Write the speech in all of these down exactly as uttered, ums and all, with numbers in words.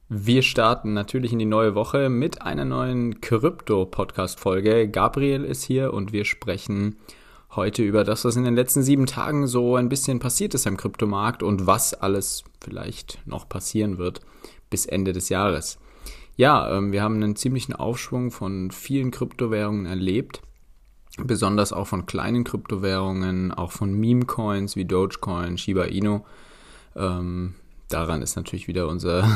Wir starten natürlich in die neue Woche mit einer neuen Krypto-Podcast-Folge. Gabriel ist hier und wir sprechen heute über das, was in den letzten sieben Tagen so ein bisschen passiert ist am Kryptomarkt und was alles vielleicht noch passieren wird bis Ende des Jahres. Ja, ähm, wir haben einen ziemlichen Aufschwung von vielen Kryptowährungen erlebt, besonders auch von kleinen Kryptowährungen, auch von Meme-Coins wie Dogecoin, Shiba Inu. Ähm, daran ist natürlich wieder unser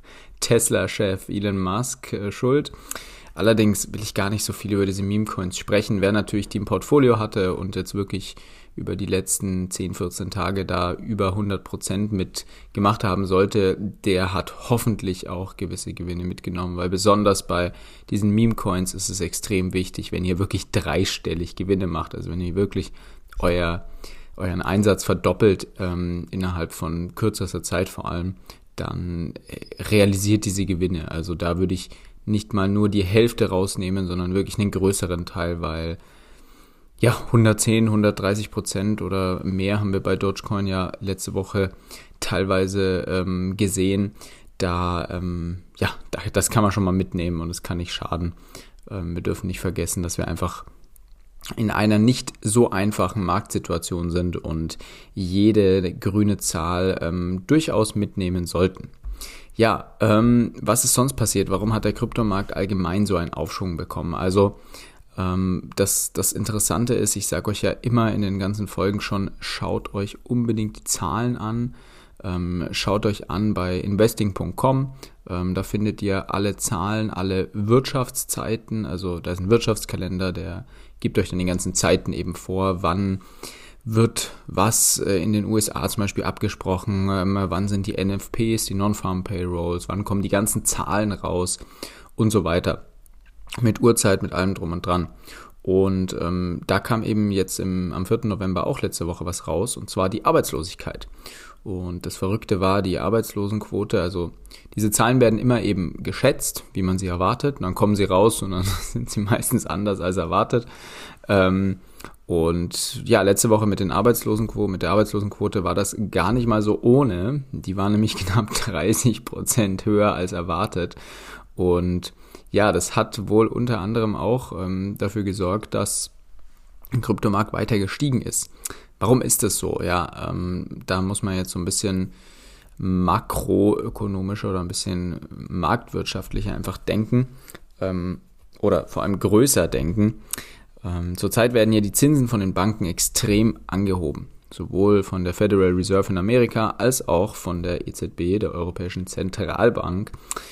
Tesla-Chef Elon Musk äh, schuld. Allerdings will ich gar nicht so viel über diese Meme-Coins sprechen. Wer natürlich die im Portfolio hatte und jetzt wirklich über die letzten zehn, vierzehn Tage da über hundert Prozent mit gemacht haben sollte, der hat hoffentlich auch gewisse Gewinne mitgenommen, weil besonders bei diesen Meme-Coins ist es extrem wichtig, wenn ihr wirklich dreistellig Gewinne macht, also wenn ihr wirklich euer, euren Einsatz verdoppelt ähm, innerhalb von kürzester Zeit vor allem, dann realisiert diese Gewinne. Also da würde ich nicht mal nur die Hälfte rausnehmen, sondern wirklich einen größeren Teil, weil ja, hundertzehn, hundertdreißig Prozent oder mehr haben wir bei Dogecoin ja letzte Woche teilweise ähm, gesehen. Da, ähm, ja, da, das kann man schon mal mitnehmen und es kann nicht schaden. Ähm, wir dürfen nicht vergessen, dass wir einfach in einer nicht so einfachen Marktsituation sind und jede grüne Zahl ähm, durchaus mitnehmen sollten. Ja, ähm, was ist sonst passiert? Warum hat der Kryptomarkt allgemein so einen Aufschwung bekommen? Also ähm, das, das Interessante ist, ich sage euch ja immer in den ganzen Folgen schon, schaut euch unbedingt die Zahlen an. Ähm, schaut euch an bei investing punkt com. Ähm, da findet ihr alle Zahlen, alle Wirtschaftszeiten. Also da ist ein Wirtschaftskalender, der gibt euch dann die ganzen Zeiten eben vor, wann wird was in den U S A zum Beispiel abgesprochen, ähm, wann sind die N F Ps, die Non-Farm Payrolls, wann kommen die ganzen Zahlen raus und so weiter. Mit Uhrzeit, mit allem drum und dran. Und ähm, da kam eben jetzt im, am vierten November auch letzte Woche was raus, und zwar die Arbeitslosigkeit. Und das Verrückte war die Arbeitslosenquote, also diese Zahlen werden immer eben geschätzt, wie man sie erwartet, und dann kommen sie raus und dann sind sie meistens anders als erwartet. Ähm, und ja, letzte Woche mit den Arbeitslosenquote, mit der Arbeitslosenquote war das gar nicht mal so ohne. Die war nämlich knapp dreißig Prozent höher als erwartet. Und ja, das hat wohl unter anderem auch ähm, dafür gesorgt, dass der Kryptomarkt weiter gestiegen ist. Warum ist das so? Ja, ähm, da muss man jetzt so ein bisschen makroökonomischer oder ein bisschen marktwirtschaftlicher einfach denken ähm, oder vor allem größer denken. Ähm, zurzeit werden ja die Zinsen von den Banken extrem angehoben, sowohl von der Federal Reserve in Amerika als auch von der E Z B, der Europäischen Zentralbank,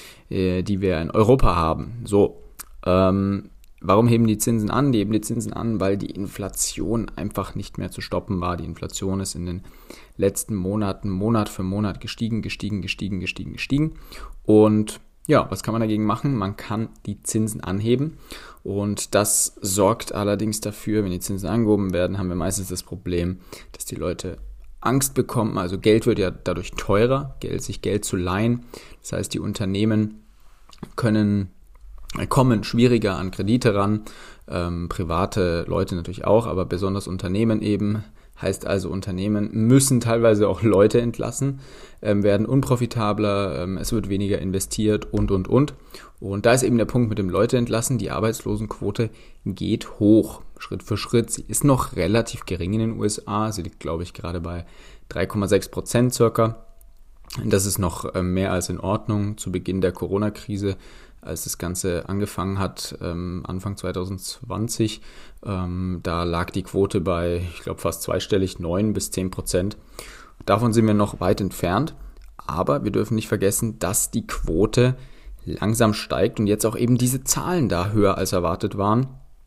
äh, die wir in Europa haben. So, ähm, Warum heben die Zinsen an? Die heben die Zinsen an, weil die Inflation einfach nicht mehr zu stoppen war. Die Inflation ist in den letzten Monaten Monat für Monat gestiegen, gestiegen, gestiegen, gestiegen, gestiegen. Und ja, was kann man dagegen machen? Man kann die Zinsen anheben. Und das sorgt allerdings dafür, wenn die Zinsen angehoben werden, haben wir meistens das Problem, dass die Leute Angst bekommen. Also Geld wird ja dadurch teurer, Geld, sich Geld zu leihen. Das heißt, die Unternehmen können kommen schwieriger an Kredite ran, ähm, private Leute natürlich auch, aber besonders Unternehmen eben, heißt also Unternehmen müssen teilweise auch Leute entlassen, ähm, werden unprofitabler, ähm, es wird weniger investiert und, und, und. Und da ist eben der Punkt mit dem Leute entlassen, die Arbeitslosenquote geht hoch, Schritt für Schritt. Sie ist noch relativ gering in den U S A, sie liegt, glaube ich, gerade bei drei Komma sechs Prozent circa. Das ist noch ähm, mehr als in Ordnung zu Beginn der Corona-Krise, als das Ganze angefangen hat, ähm, Anfang zwanzig zwanzig, ähm, da lag die Quote bei, ich glaube, fast zweistellig, neun bis zehn Prozent. Davon sind wir noch weit entfernt, aber wir dürfen nicht vergessen, dass die Quote langsam steigt und jetzt auch eben diese Zahlen da höher als erwartet waren.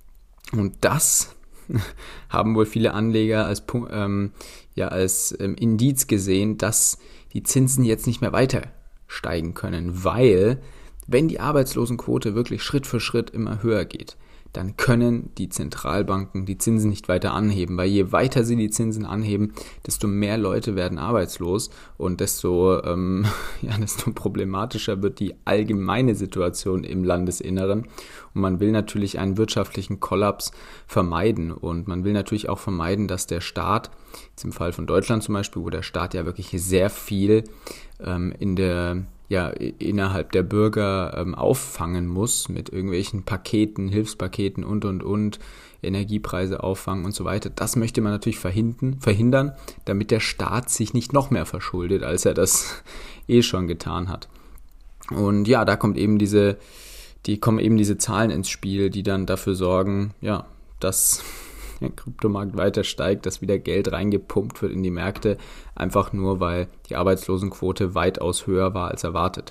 Und das haben wohl viele Anleger als, ähm, ja, als ähm, Indiz gesehen, dass die Zinsen jetzt nicht mehr weiter steigen können, weil wenn die Arbeitslosenquote wirklich Schritt für Schritt immer höher geht, dann können die Zentralbanken die Zinsen nicht weiter anheben, weil je weiter sie die Zinsen anheben, desto mehr Leute werden arbeitslos und desto, ähm, ja, desto problematischer wird die allgemeine Situation im Landesinneren. Und man will natürlich einen wirtschaftlichen Kollaps vermeiden und man will natürlich auch vermeiden, dass der Staat, jetzt im Fall von Deutschland zum Beispiel, wo der Staat ja wirklich sehr viel ähm, in der ja innerhalb der Bürger ähm, auffangen muss mit irgendwelchen Paketen, Hilfspaketen und und und, Energiepreise auffangen und so weiter. Das möchte man natürlich verhindern, verhindern, damit der Staat sich nicht noch mehr verschuldet, als er das eh schon getan hat. Und ja, da kommt eben diese, die kommen eben diese Zahlen ins Spiel, die dann dafür sorgen, ja, dass der Kryptomarkt weiter steigt, dass wieder Geld reingepumpt wird in die Märkte, einfach nur, weil die Arbeitslosenquote weitaus höher war als erwartet.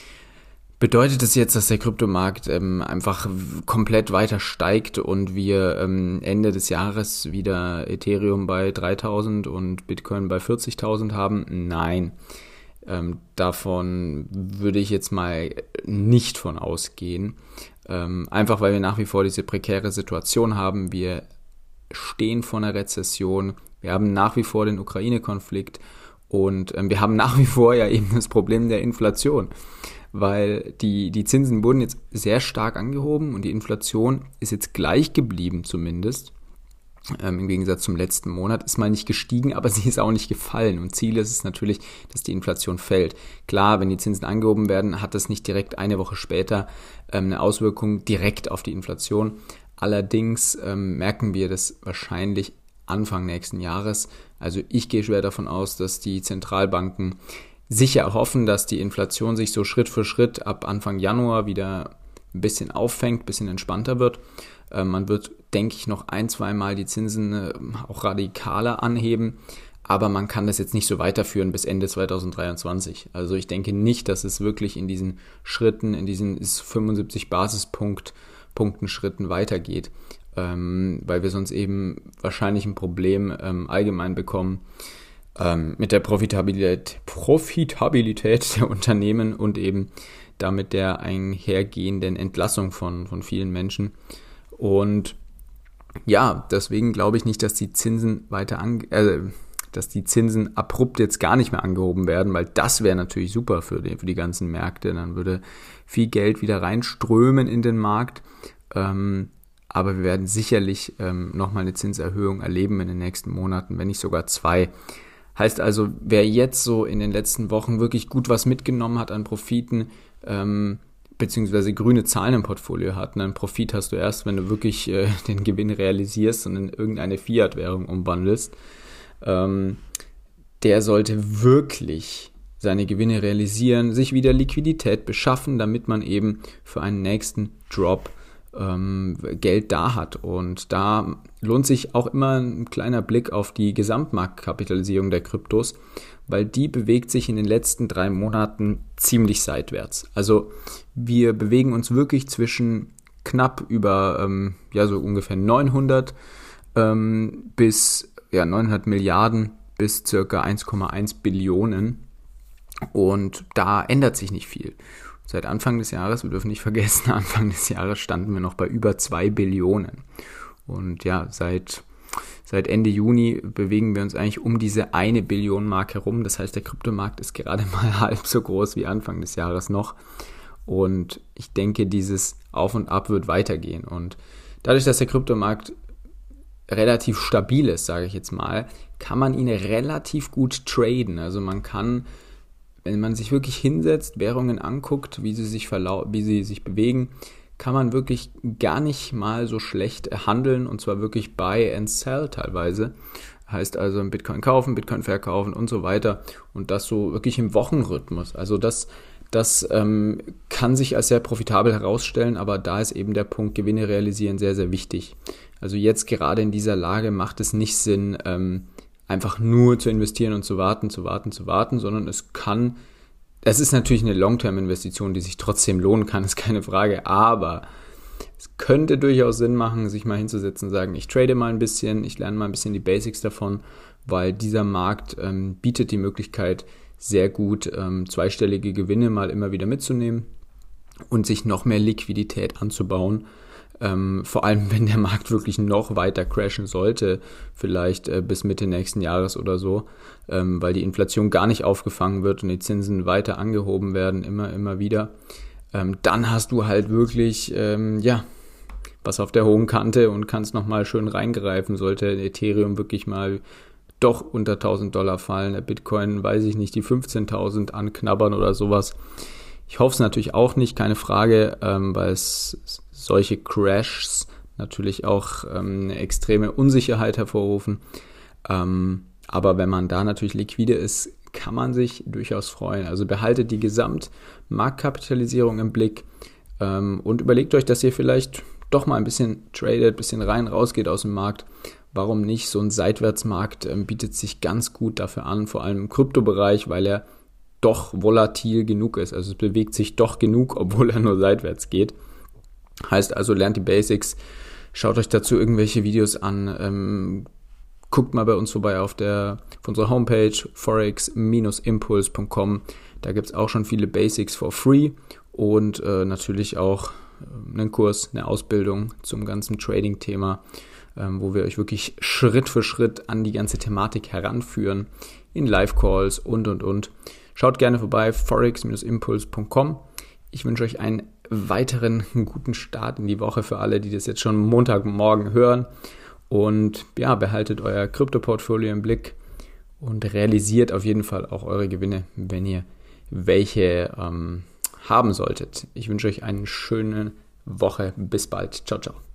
Bedeutet das jetzt, dass der Kryptomarkt ähm, einfach komplett weiter steigt und wir ähm, Ende des Jahres wieder Ethereum bei dreitausend und Bitcoin bei vierzigtausend haben? Nein, ähm, davon würde ich jetzt mal nicht von ausgehen. Ähm, einfach weil wir nach wie vor diese prekäre Situation haben. Wir stehen vor einer Rezession, wir haben nach wie vor den Ukraine-Konflikt und ähm, wir haben nach wie vor ja eben das Problem der Inflation. Weil die, die Zinsen wurden jetzt sehr stark angehoben und die Inflation ist jetzt gleich geblieben zumindest. Ähm, im Gegensatz zum letzten Monat ist mal nicht gestiegen, aber sie ist auch nicht gefallen. Und Ziel ist es natürlich, dass die Inflation fällt. Klar, wenn die Zinsen angehoben werden, hat das nicht direkt eine Woche später ähm, eine Auswirkung direkt auf die Inflation. Allerdings ähm, merken wir das wahrscheinlich Anfang nächsten Jahres. Also ich gehe schwer davon aus, dass die Zentralbanken sicher hoffen, dass die Inflation sich so Schritt für Schritt ab Anfang Januar wieder ein bisschen auffängt, ein bisschen entspannter wird. Äh, man wird, denke ich, noch ein, zwei Mal die Zinsen äh, auch radikaler anheben, aber man kann das jetzt nicht so weiterführen bis Ende zwanzig dreiundzwanzig. Also ich denke nicht, dass es wirklich in diesen Schritten, in diesen fünfundsiebzig Basispunkten Schritten weitergeht, ähm, weil wir sonst eben wahrscheinlich ein Problem ähm, allgemein bekommen, mit der Profitabilität, Profitabilität der Unternehmen und eben damit der einhergehenden Entlassung von, von vielen Menschen. Und ja, deswegen glaube ich nicht, dass die Zinsen weiter an, äh, dass die Zinsen abrupt jetzt gar nicht mehr angehoben werden, weil das wäre natürlich super für die, für die ganzen Märkte. Dann würde viel Geld wieder reinströmen in den Markt. Ähm, aber wir werden sicherlich ähm, nochmal eine Zinserhöhung erleben in den nächsten Monaten, wenn nicht sogar zwei. Heißt also, wer jetzt so in den letzten Wochen wirklich gut was mitgenommen hat an Profiten, ähm, beziehungsweise grüne Zahlen im Portfolio hat, einen Profit hast du erst, wenn du wirklich äh, den Gewinn realisierst und in irgendeine Fiat-Währung umwandelst, ähm, der sollte wirklich seine Gewinne realisieren, sich wieder Liquidität beschaffen, damit man eben für einen nächsten Drop ähm, Geld da hat. Und da lohnt sich auch immer ein kleiner Blick auf die Gesamtmarktkapitalisierung der Kryptos, weil die bewegt sich in den letzten drei Monaten ziemlich seitwärts. Also wir bewegen uns wirklich zwischen knapp über, ähm, ja so ungefähr neunhundert ähm, bis, ja neunhundert Milliarden bis circa eins Komma eins Billionen. Und da ändert sich nicht viel. Seit Anfang des Jahres, wir dürfen nicht vergessen, Anfang des Jahres standen wir noch bei über zwei Billionen. Und ja, seit, seit Ende Juni bewegen wir uns eigentlich um diese eine Billion Mark herum. Das heißt, der Kryptomarkt ist gerade mal halb so groß wie Anfang des Jahres noch. Und ich denke, dieses Auf und Ab wird weitergehen. Und dadurch, dass der Kryptomarkt relativ stabil ist, sage ich jetzt mal, kann man ihn relativ gut traden. Also man kann, wenn man sich wirklich hinsetzt, Währungen anguckt, wie sie sich verlau- wie sie sich bewegen, kann man wirklich gar nicht mal so schlecht handeln, und zwar wirklich Buy and Sell teilweise. Heißt also ein Bitcoin kaufen, Bitcoin verkaufen und so weiter, und das so wirklich im Wochenrhythmus. Also das, das ähm, kann sich als sehr profitabel herausstellen, aber da ist eben der Punkt Gewinne realisieren sehr, sehr wichtig. Also jetzt gerade in dieser Lage macht es nicht Sinn, ähm, einfach nur zu investieren und zu warten, zu warten, zu warten, sondern es kann, es ist natürlich eine Long-Term-Investition, die sich trotzdem lohnen kann, ist keine Frage, aber es könnte durchaus Sinn machen, sich mal hinzusetzen und sagen, ich trade mal ein bisschen, ich lerne mal ein bisschen die Basics davon, weil dieser Markt ähm, bietet die Möglichkeit, sehr gut ähm, zweistellige Gewinne mal immer wieder mitzunehmen und sich noch mehr Liquidität anzubauen. Ähm, vor allem, wenn der Markt wirklich noch weiter crashen sollte, vielleicht äh, bis Mitte nächsten Jahres oder so, ähm, weil die Inflation gar nicht aufgefangen wird und die Zinsen weiter angehoben werden, immer, immer wieder, ähm, dann hast du halt wirklich, ähm, ja, was auf der hohen Kante und kannst nochmal schön reingreifen, sollte Ethereum wirklich mal doch unter tausend Dollar fallen, der Bitcoin, weiß ich nicht, die fünfzehntausend anknabbern oder sowas. Ich hoffe es natürlich auch nicht, keine Frage, ähm, weil es solche Crashs natürlich auch ähm, eine extreme Unsicherheit hervorrufen. Ähm, aber wenn man da natürlich liquide ist, kann man sich durchaus freuen. Also behaltet die Gesamtmarktkapitalisierung im Blick ähm, und überlegt euch, dass ihr vielleicht doch mal ein bisschen tradet, ein bisschen rein, raus geht aus dem Markt. Warum nicht? So ein Seitwärtsmarkt ähm, bietet sich ganz gut dafür an, vor allem im Kryptobereich, weil er doch volatil genug ist. Also es bewegt sich doch genug, obwohl er nur seitwärts geht. Heißt also, lernt die Basics, schaut euch dazu irgendwelche Videos an, ähm, guckt mal bei uns vorbei auf der auf unserer Homepage forex impulse punkt com. Da gibt es auch schon viele Basics for free und äh, natürlich auch äh, einen Kurs, eine Ausbildung zum ganzen Trading-Thema, ähm, wo wir euch wirklich Schritt für Schritt an die ganze Thematik heranführen, in Live-Calls und, und, und. Schaut gerne vorbei, forex impulse punkt com. Ich wünsche euch einen weiteren guten Start in die Woche für alle, die das jetzt schon Montagmorgen hören. Und ja, behaltet euer Krypto-Portfolio im Blick und realisiert auf jeden Fall auch eure Gewinne, wenn ihr welche ähm, haben solltet. Ich wünsche euch eine schöne Woche. Bis bald. Ciao, ciao.